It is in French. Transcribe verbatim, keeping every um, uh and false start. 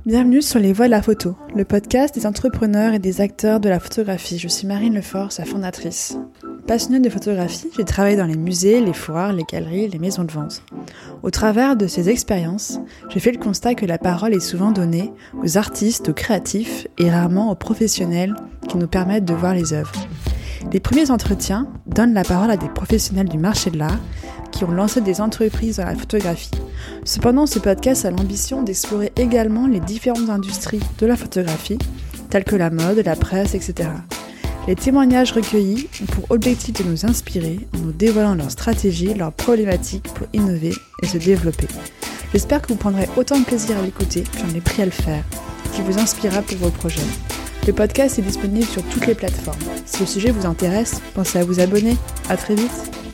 Bienvenue sur Les Voix de la photo, le podcast des entrepreneurs et des acteurs de la photographie. Je suis Marine Lefort, sa fondatrice. Passionnée de photographie, j'ai travaillé dans les musées, les foires, les galeries, les maisons de vente. Au travers de ces expériences, j'ai fait le constat que la parole est souvent donnée aux artistes, aux créatifs et rarement aux professionnels qui nous permettent de voir les œuvres. Les premiers entretiens donnent la parole à des professionnels du marché de l'art qui ont lancé des entreprises dans la photographie. Cependant, ce podcast a l'ambition d'explorer également les différentes industries de la photographie, telles que la mode, la presse, et cetera. Les témoignages recueillis ont pour objectif de nous inspirer en nous dévoilant leurs stratégies, leurs problématiques pour innover et se développer. J'espère que vous prendrez autant de plaisir à l'écouter que j'en ai pris à le faire, qui vous inspirera pour vos projets. Le podcast est disponible sur toutes les plateformes. Si le sujet vous intéresse, pensez à vous abonner. À très vite.